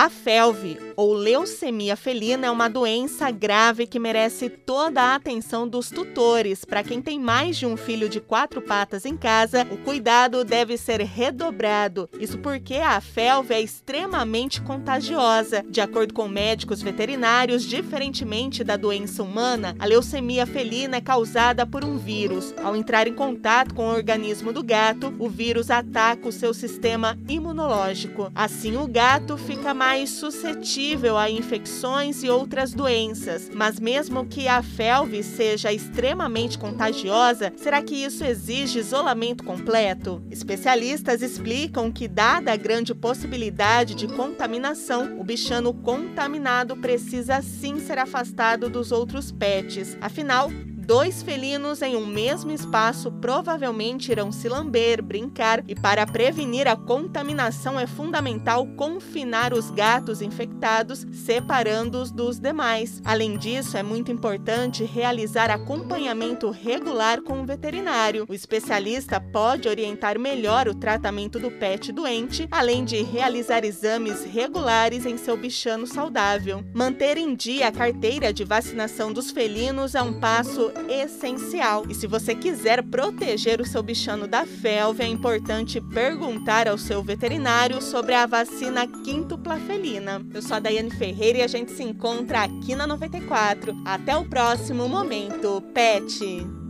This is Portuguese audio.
A FeLV, ou leucemia felina, é uma doença grave que merece toda a atenção dos tutores. Para quem tem mais de um filho de 4 patas em casa, o cuidado deve ser redobrado. Isso porque a FeLV é extremamente contagiosa. De acordo com médicos veterinários, diferentemente da doença humana, a leucemia felina é causada por um vírus. Ao entrar em contato com o organismo do gato, o vírus ataca o seu sistema imunológico. Assim, o gato fica mais suscetível a infecções e outras doenças. Mas mesmo que a FeLV seja extremamente contagiosa, será que isso exige isolamento completo? Especialistas explicam que, dada a grande possibilidade de contaminação, o bichano contaminado precisa sim ser afastado dos outros pets. Afinal, 2 felinos em um mesmo espaço provavelmente irão se lamber, brincar, e para prevenir a contaminação é fundamental confinar os gatos infectados, separando-os dos demais. Além disso, é muito importante realizar acompanhamento regular com o veterinário. O especialista pode orientar melhor o tratamento do pet doente, além de realizar exames regulares em seu bichano saudável. Manter em dia a carteira de vacinação dos felinos é um passo essencial. E se você quiser proteger o seu bichano da FeLV, é importante perguntar ao seu veterinário sobre a vacina quíntupla felina. Eu sou a Daiane Ferreira e a gente se encontra aqui na 94. Até o próximo Momento Pet!